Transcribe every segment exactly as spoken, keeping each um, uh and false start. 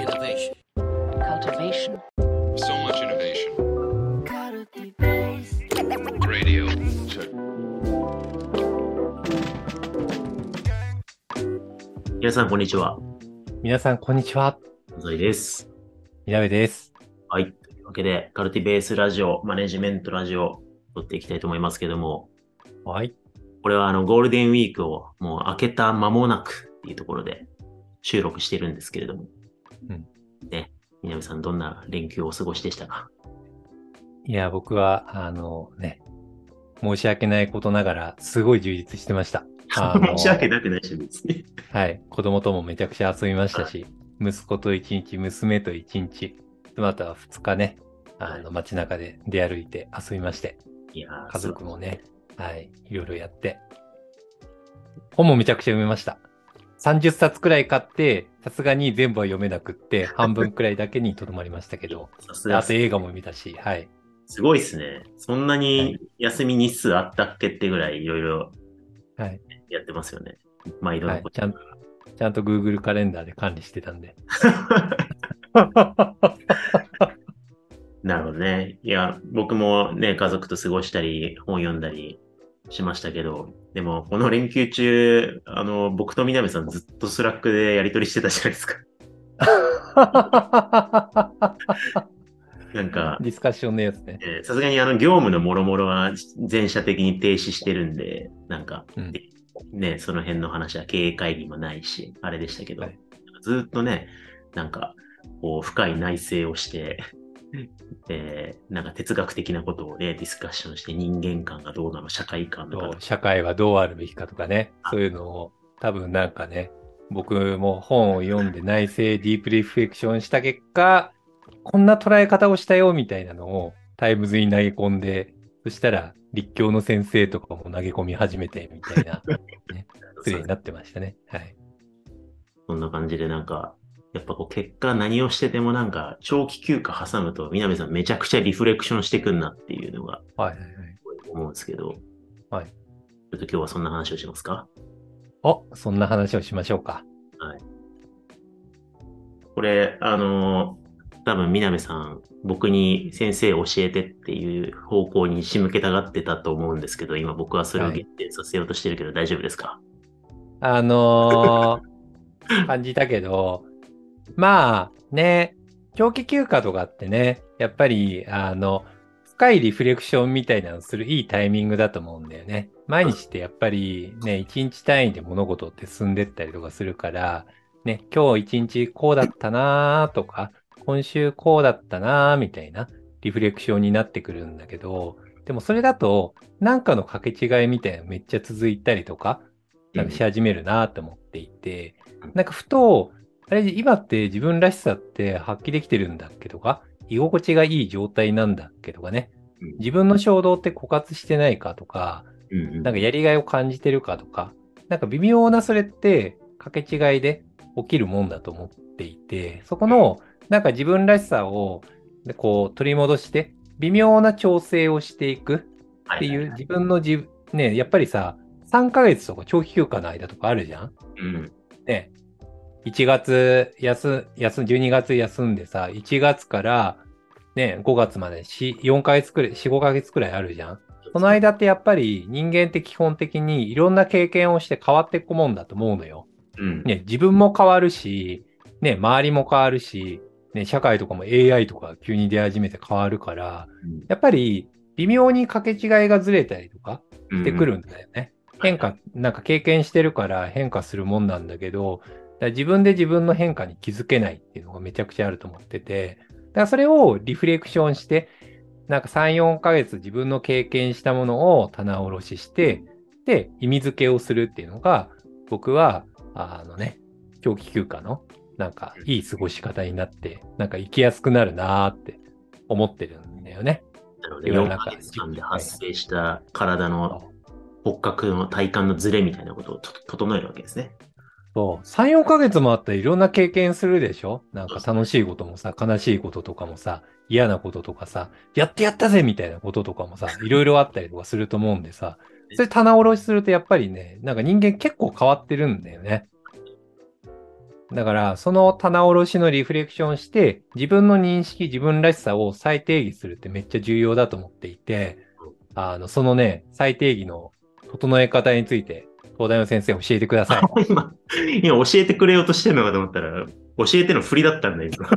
Innovation. Cultivation. So much innovation. Radio. Check. 皆さん、こんにちは。 皆さん、こんにちは。 野添です。 みなべです。 はい。というわけで、カルティベースラジオ、マネジメントラジオ、撮っていきたいと思いますけども、 はい。 これはあの、ゴールデンウィークをもう明けた間もなくっていうところで収録してるんですけれども、 うん。 ね、南さん、どんな連休をお過ごしでしたか？ いや、僕は、あのね、申し訳ないことながら、すごい充実してました。あの申し訳なくないしですね。 はい。子供ともめちゃくちゃ遊びましたし、息子と一日、娘と一日、または二日ね、あの、街中で出歩いて遊びまして、 いやー、 家族もね、はい、いろいろやって、本もめちゃくちゃ読めました。さんじゅっさつくらい買って、さすがに全部は読めなくって、半分くらいだけにとどまりましたけど、 さすがあと映画も見たし、はい。 すごいですね。そんなはにい休み日数あったっけってぐらいいろいろはい。 やってますよね。毎度のこ。と。 はいちゃん、ちゃんと Google カレンダーで管理してたんで。 なるほどね。いや、僕もね、家族と過ごしたり、本読んだりしましたけど、でも、この連休中、あの、僕と南さんずっとスラックでやり取りしてたじゃないですか。なんか、 ディスカッションのやつね。 えーさすがにあの、業務のもろもろは全社的に停止してるんで、なんか、 うんでね、その辺の話は経営会議もないし、あれでしたけど、 はいずっとね、なんか、こう、深い内省をして、えーなんか哲学的なことをね、ディスカッションして人間観がどうなの、社会観がそう社会はどうあるべきかとかね。そういうのを多分なんかね、僕も本を読んで内省ディープリフレクションした結果、こんな捉え方をしたよみたいなのをタイムズに投げ込んで、そしたら立教の先生とかも投げ込み始めてみたいな、ね、失礼になってましたね。はい。 そんな感じでなんか、やっぱこう結果何をしててもなんか長期休暇挟むと南さんめちゃくちゃリフレクションしてくんなっていうのがはいはいはい。 思うんですけど、 はい。 ちょっと今日はそんな話をしますか？ お、そんな話をしましょうか。 はい。これ、あのー多分南さん、僕に先生教えてっていう方向に仕向けたがってたと思うんですけど、今僕はそれを限定させようとしてるけど大丈夫ですか？ あのー、感じたけど、まあね、長期休暇とかってね、やっぱり、あの、深いリフレクションみたいなのをするいいタイミングだと思うんだよね。毎日ってやっぱりね、一日単位で物事って進んでったりとかするから、ね、今日一日こうだったなとか、今週こうだったなみたいなリフレクションになってくるんだけど、でもそれだと、なんかの掛け違いみたいなのめっちゃ続いたりとか、なんかし始めるなと思っていて、なんかふと、あれ、今って自分らしさって発揮できてるんだっけとか、居心地がいい状態なんだっけとかね、 うん自分の衝動って枯渇してないかとか、 うんうんなんかやりがいを感じてるかとか、なんか微妙なそれって掛け違いで起きるもんだと思っていて、そこのなんか自分らしさをでこう取り戻して、微妙な調整をしていくっていう自分の自ね、やっぱりさ、さんかげつとか長期休暇の間とかあるじゃんうんね。いちがつ休、休、じゅうにがつ休んでさ、いちがつからね、ごがつまでよんかげつくらい、よん、ごかげつくらいあるじゃん。その間ってやっぱり人間って基本的にいろんな経験をして変わっていくもんだと思うのよ。 うんね、自分も変わるし、ね、周りも変わるし、ね、社会とかも エーアイ とか急に出始めて変わるから、やっぱり微妙に掛け違いがずれたりとかしてくるんだよね。変化、なんか経験してるから変化するもんなんだけど、だから自分で自分の変化に気づけないっていうのがめちゃくちゃあると思ってて、だからそれをリフレクションして、なんかさん、よんかげつ自分の経験したものを棚卸しして、で、意味付けをするっていうのが、僕は、あのね、長期休暇の、なんかいい過ごし方になって、なんか生きやすくなるなーって思ってるんだよね。 なので4 いろいろなんかヶ月間で発生した体の骨格の体幹のズレみたいなことをと整えるわけですね。 そう。さん、よんかげつもあったらいろんな経験するでしょ？なんか楽しいこともさ、悲しいこととかもさ、嫌なこととかさ、やってやったぜみたいなこととかもさ、いろいろあったりとかすると思うんでさ、それ棚卸しするとやっぱりね、なんか人間結構変わってるんだよね。 だから、その棚卸しのリフレクションして、自分の認識、自分らしさを再定義するってめっちゃ重要だと思っていて、あの、そのね、再定義の整え方について、東大の先生教えてください。 今、今教えてくれようとしてるのかと思ったら、教えての振りだったんだよ、今。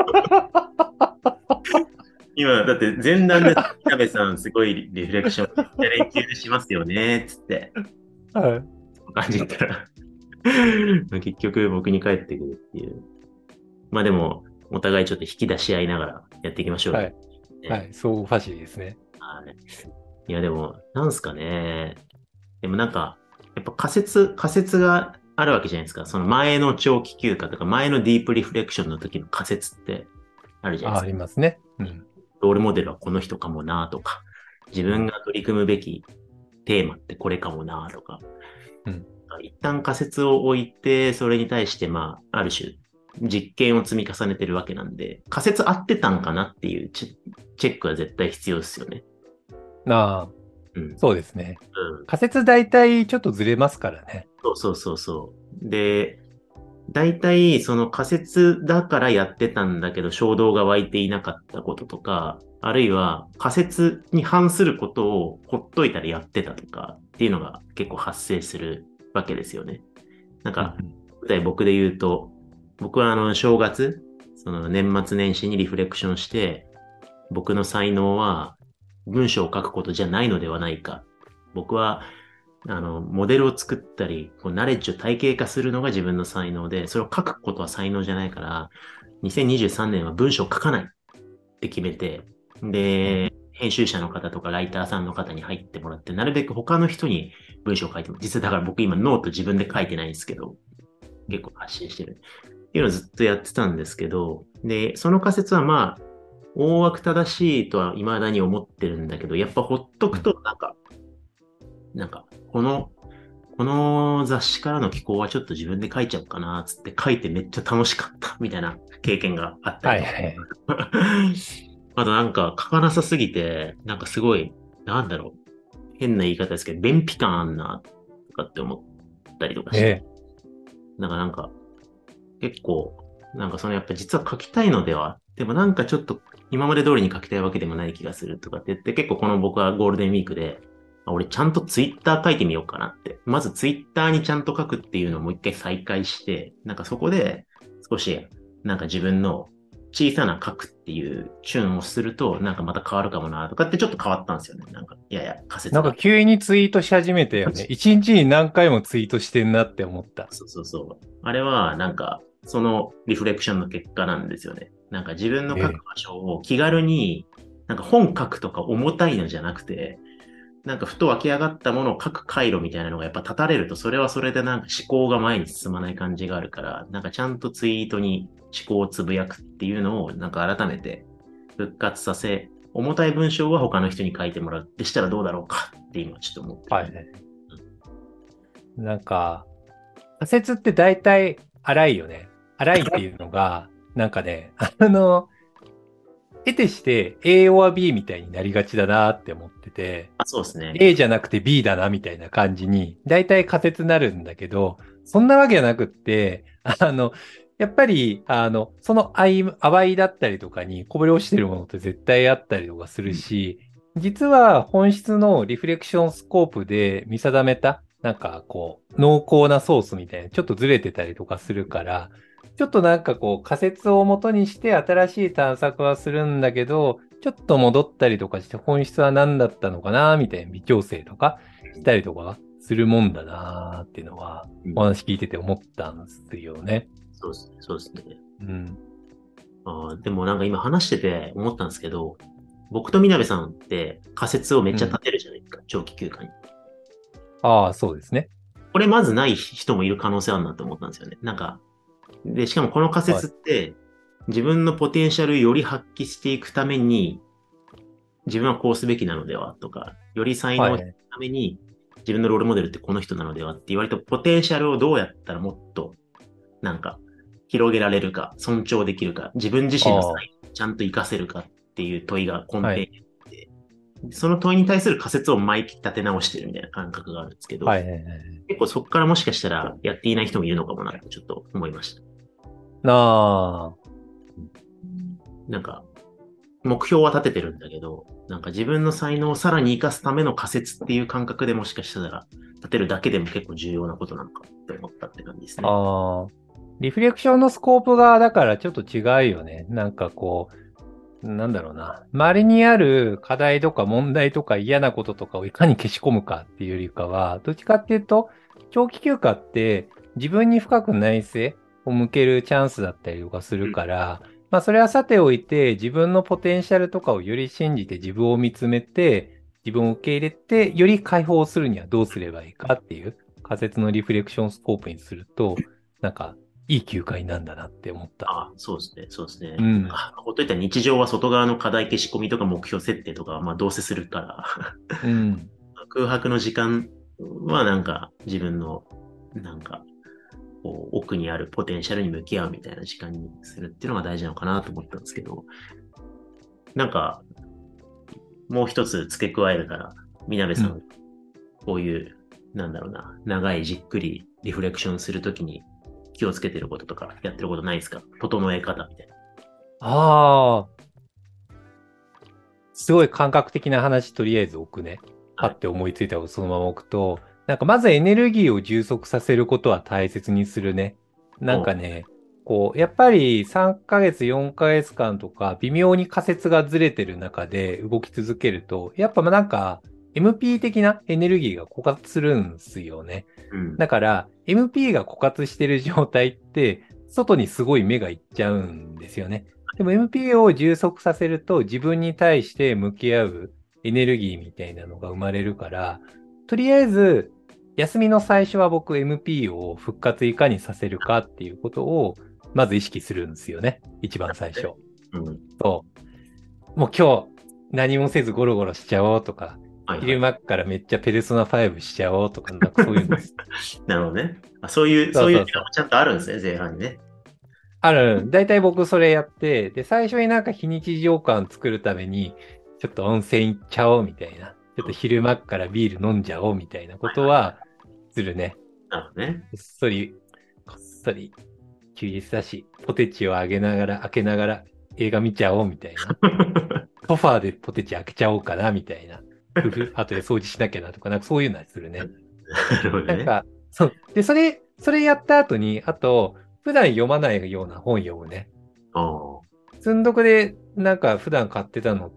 今、だって前段で、田辺さんすごいリフレクション連休でしますよね、つって、 はい。 感じたら、結局僕に返ってくるっていう。まあでも、お互いちょっと引き出し合いながらやっていきましょう。 はい。 ね、 はい。相互ファシリですね。 はい。いや、でも、なんすかね。でもなんか、やっぱ仮説、仮説があるわけじゃないですか。その前の長期休暇とか、前のディープリフレクションの時の仮説ってあるじゃないですか。 あ、ありますね。うん。 ロールモデルはこの人かもなとか、自分が取り組むべきテーマってこれかもなとか、 うん、 一旦仮説を置いて、それに対して、まあ、ある種、実験を積み重ねてるわけなんで、仮説合ってたんかなっていうチェックは絶対必要ですよね。 ああ、 うん、 そうですね。 うん、 仮説大体ちょっとずれますからね。 そうそうそうそう。で、大体その仮説だからやってたんだけど衝動が湧いていなかったこととか、あるいは仮説に反することをほっといたらやってたとかっていうのが結構発生するわけですよね。なんか、舞台僕で言うと、僕はあの正月、その年末年始にリフレクションして、僕の才能は文章を書くことじゃないのではないか。僕はあの、モデルを作ったり、こうナレッジを体系化するのが自分の才能で、それを書くことは才能じゃないから、にせんにじゅうさんねんは文章を書かないって決めて、で、編集者の方とかライターさんの方に入ってもらって、なるべく他の人に文章を書いても、実はだから僕今ノート自分で書いてないんですけど、結構発信してる。っていうのをずっとやってたんですけど、で、その仮説はまあ、大枠正しいとは未だに思ってるんだけど、やっぱほっとくとなんか、なんか、この、この雑誌からの寄稿はちょっと自分で書いちゃおうかな、つって書いてめっちゃ楽しかった、みたいな経験があったりとか。 はいはい。 あとなんか書かなさすぎて、なんかすごい、なんだろう、変な言い方ですけど、便秘感あんな、とかって思ったりとかして。 ええ、 なんかなんか、結構、なんかそのやっぱ実は書きたいのでは、でもなんかちょっと今まで通りに書きたいわけでもない気がするとかって言って、結構この僕はゴールデンウィークで、俺ちゃんとツイッター書いてみようかなって。まずツイッターにちゃんと書くっていうのをもう一回再開して、なんかそこで少しなんか自分の小さな書くっていうチューンをするとなんかまた変わるかもなとかってちょっと変わったんですよね。なんか、いやいや、仮説が。 なんか急にツイートし始めたよね。一日に何回もツイートしてんなって思った。 そうそうそう。あれはなんかそのリフレクションの結果なんですよね。なんか自分の書く場所を気軽に、なんか本書くとか重たいのじゃなくて、なんかふと湧き上がったものを書く回路みたいなのがやっぱ立たれると、それはそれでなんか思考が前に進まない感じがあるから、なんかちゃんとツイートに思考をつぶやくっていうのをなんか改めて復活させ、重たい文章は他の人に書いてもらうってしたらどうだろうかって今ちょっと思ってる。 はい。なんか、仮説って大体荒いよね。荒いっていうのが、なんかね、あの、得てして A or B みたいになりがちだなって思ってて、 あ、そうですね。 A じゃなくて B だなみたいな感じに、大体仮説になるんだけど、そんなわけじゃなくって、あの、やっぱり、あの、その淡いだったりとかにこぼれ落ちてるものって絶対あったりとかするし、実は本質のリフレクションスコープで見定めた、なんかこう、濃厚なソースみたいな、ちょっとずれてたりとかするから、ちょっとなんかこう仮説をもとにして新しい探索はするんだけど、ちょっと戻ったりとかして本質は何だったのかなみたいな微調整とかしたりとかするもんだなっていうのはお話聞いてて思ったんですよね。 そうですね。そうですね。 うん。 あ、でもなんか今話してて思ったんですけど、僕とみなべさんって仮説をめっちゃ立てるじゃないですか、うん、長期休暇に。 ああ、そうですね。 これまずない人もいる可能性あるなと思ったんですよね。なんか、で、しかもこの仮説って、自分のポテンシャルをより発揮していくために、自分はこうすべきなのではとか、より才能をするために、自分のロールモデルってこの人なのではって言われて、ポテンシャルをどうやったらもっと、なんか、広げられるか、尊重できるか、自分自身の才能をちゃんと活かせるかっていう問いが根底にあって、はい、その問いに対する仮説を毎回立て直してるみたいな感覚があるんですけど、はいはいはい、結構そこからもしかしたらやっていない人もいるのかもなってちょっと思いました。 なあ。 なんか、目標は立ててるんだけど、なんか自分の才能をさらに活かすための仮説っていう感覚でもしかしたら立てるだけでも結構重要なことなのかって思ったって感じですね。 ああ。リフレクションのスコープが、だからちょっと違うよね。なんかこう、なんだろうな。周りにある課題とか問題とか嫌なこととかをいかに消し込むかっていうよりかは、どっちかっていうと、長期休暇って自分に深く内省を向けるチャンスだったりとかするから、まあそれはさておいて、自分のポテンシャルとかをより信じて自分を見つめて、自分を受け入れて、より解放するにはどうすればいいかっていう仮説のリフレクションスコープにすると、なんか、いい休暇になんだなって思った。 あ、そうですね、そうですね。 うん。 あ、ほっといたら日常は外側の課題消し込みとか目標設定とかはまあどうせするから、 うん。 空白の時間はなんか自分のなんかこう奥にあるポテンシャルに向き合うみたいな時間にするっていうのが大事なのかなと思ったんですけど、なんかもう一つ付け加えるなら、みなべさん、 うんこういうなんだろうな、長いじっくりリフレクションするときに気をつけてることとかやってることないですか？整え方みたいな。 ああ、すごい感覚的な話とりあえず置くね。パはい。 ッて思いついたことそのまま置くと、なんかまずエネルギーを充足させることは大切にするね。なんおう。 かね、こう、やっぱりさんかげつ、よんかげつかんとか微妙に仮説がずれてる中で動き続けると、やっぱなんか エムピー 的なエネルギーが枯渇するんですよね。 うん。 だから エムピー が枯渇してる状態って外にすごい目がいっちゃうんですよね。でも エムピー を充足させると自分に対して向き合うエネルギーみたいなのが生まれるから、とりあえず休みの最初は僕 エムピー を復活いかにさせるかっていうことをまず意識するんですよね。一番最初。 うん。 そう。もう今日何もせずゴロゴロしちゃおうとか、 はいはい。 昼間っからめっちゃペルソナファイブしちゃおうとか、なんかそういうの。 なるほどね。あ、そういう、そういうそうそうそう。 時間もちゃんとあるんですね、前半にね。 ある。だいたい僕それやって、で、最初になんか非日常感作るために、ちょっと温泉行っちゃおうみたいな。ちょっと昼間っからビール飲んじゃおうみたいなことはするね。 なるほどね。 こっそり、こっそり、休日だし、ポテチをあげながら、開けながら映画見ちゃおうみたいな。ソファーでポテチ開けちゃおうかなみたいな。ふふ、後で掃除しなきゃなとか、なんかそういうのはするね。 なるほどね。 なんか、そう。で、それ、それやった後に、あと、普段読まないような本読むね。 ああ。 積んどくで、なんか普段買ってたのって、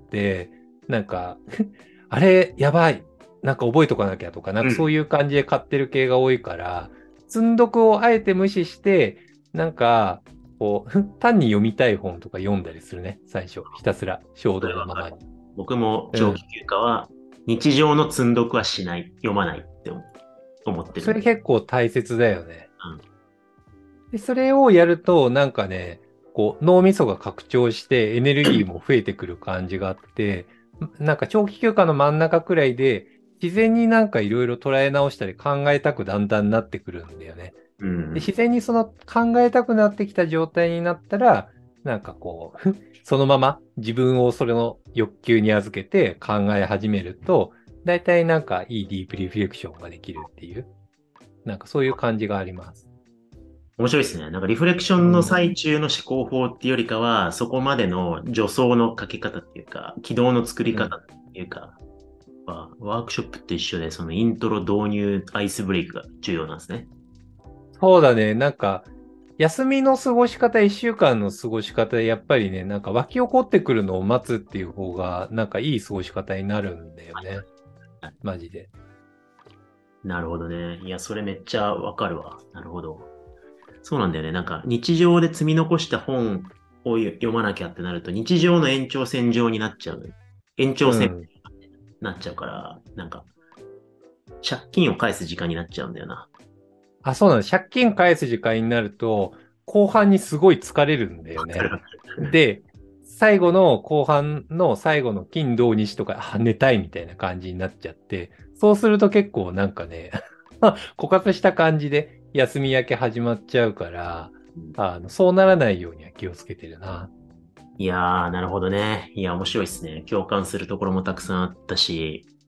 なんかあれ、やばい。なんか覚えとかなきゃとか、なんうん。 かそういう感じで買ってる系が多いから、積んどくをあえて無視して、なんか、こう、単に読みたい本とか読んだりするね、最初。ひたすら衝それわかる。 動のままに。 僕もうん。 長期休暇は日常の積んどくはしない、読まないって思思ってるんで。 それ結構大切だよね。 うん。 で、それをやると、なんかね、こう、脳みそが拡張してエネルギーも増えてくる感じがあって、なんか長期休暇の真ん中くらいで、自然になんかいろいろ捉え直したり考えたくだんだんなってくるんだよね。で、 うん。 自然にその考えたくなってきた状態になったら、なんかこう、そのまま自分をそれの欲求に預けて考え始めると、だいたいなんかいいディープリフレクションができるっていう、なんかそういう感じがあります。 面白いですね。なんかリフレクションのうん。 最中の思考法っていうよりかは、そこまでの助走のかけ方っていうか、軌道の作りうん。 方っていうか、はワークショップと一緒で、そのイントロ導入アイスブレイクが重要なんですね。 そうだね。なんか、休みの過ごし方、一週間の過ごし方で、やっぱりね、なんか湧き起こってくるのを待つっていう方が、なんかいい過ごし方になるんだよね。 はい。 マジで。 なるほどね。いや、それめっちゃわかるわ。なるほど。そうなんだよね。なんか日常で積み残した本を読まなきゃってなると、日常の延長線上になっちゃう。延長線にうん。 なっちゃうから、なんか借金を返す時間になっちゃうんだよな。 あ、そうなの。借金返す時間になると、後半にすごい疲れるんだよね。 わかるわかる。 で、最後の後半の最後の金土日とか、あ、寝たいみたいな感じになっちゃって、そうすると結構なんかね、枯渇した感じで休み明け始まっちゃうから、あの、そうならないようには気をつけてるな。 いやー、なるほどね。いや、面白いですね。共感するところもたくさんあったし、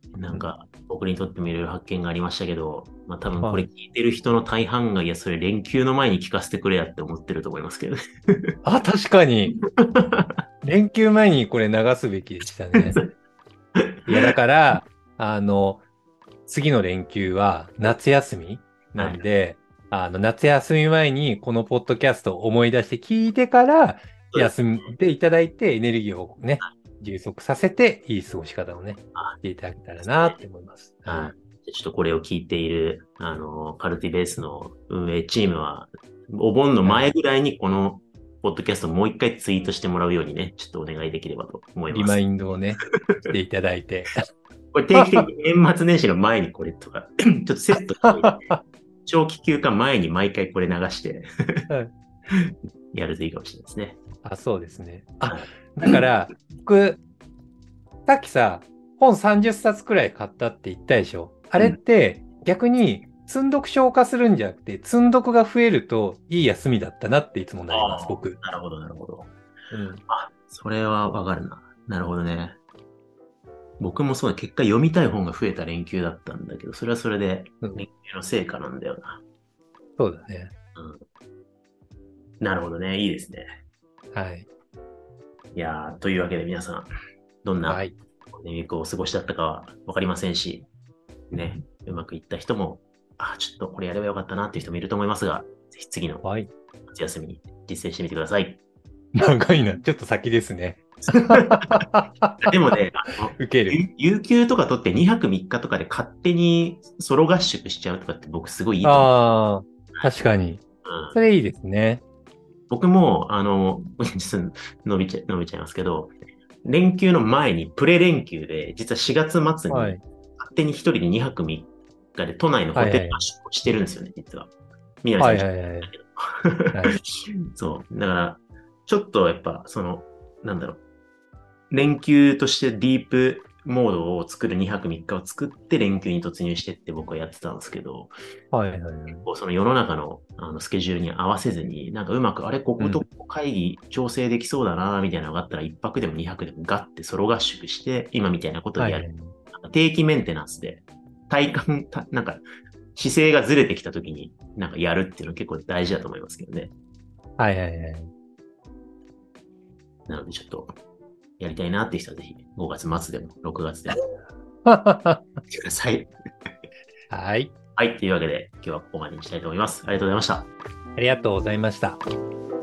なんか僕にとってもいろいろ発見がありましたけど、まあ多分これ聞いてる人の大半が、いや、それ連休の前に聞かせてくれやって思ってると思いますけどね。 あ、確かに。連休前にこれ流すべきでしたね。いや、だから、あの、次の連休は夏休みなんで、はい、あの、夏休み前にこのポッドキャストを思い出して聞いてから、休んでいただいて、エネルギーをね、充足させて、いい過ごし方をね、していただけたらなって思います。 はい。ちょっとこれを聞いている、あの、カルティベースの運営チームは、お盆の前ぐらいにこのポッドキャストをもう一回ツイートしてもらうようにね、ちょっとお願いできればと思います。 リマインドをね、していただいて。 これ定期的に年末年始の前にこれとか、ちょっとセットして、長期休暇前に毎回これ流してやるといいかもしれないですね。 あ、そうですね。あ、だから、僕、さっきさ、本さんじゅっさつくらい買ったって言ったでしょ。あれって、逆に、積んどく消化するんじゃなくて、積んどくが増えるといい休みだったなっていつもなります、僕。 なるほど、なるほど。 うん。 あ、それはわかるな。なるほどね。僕もそうだ、結果読みたい本が増えた連休だったんだけど、それはそれで連休の成果なんだよな。 うん、そうだね。 うん。なるほどね。いいですね。 はい。 いやー、というわけで皆さん、どんなゴールデンウィークをお過ごしだったかはわかりませんし、ね、うまくいった人も、あ、ちょっとこれやればよかったなっていう人もいると思いますが、ぜひ次の夏休みに実践してみてください。 長いな。ちょっと先ですね。 でもね、あの受ける。 有給とか取ってにはくみっかとかで勝手にソロ合宿しちゃうとかって僕すごいいいと思う。 ああ、確かに。うん、それいいですね。 僕も、あの、伸びちゃ、伸びちゃいますけど、連休の前にプレ連休で、実はしがつ末に勝手に一人でにはくみっかで都内のホテル合宿をしてるんですよね、はいはい、実は。みなみさんに言ったけど。そう。だから、ちょっとやっぱ、その、なんだろう。連休としてディープモードを作るにはくみっかを作って連休に突入してって僕はやってたんですけど、 はいはいはい、 その世の中の、あのスケジュールに合わせずに、なんかうまく、あれ、ここと会議調整できそうだな、みたいなのがあったら、いっぱくでもにはくでもガッてソロ合宿して、今みたいなことをやる。はい、定期メンテナンスで、体感、なんか、姿勢がずれてきたときに、なんかやるっていうのは結構大事だと思いますけどね。 はいはいはい。 なのでちょっと、やりたいなっていう人はぜひ、ごがつ末でも、ろくがつでも、来てください。 はい。 はい。というわけで、今日はここまでにしたいと思います。ありがとうございました。 ありがとうございました。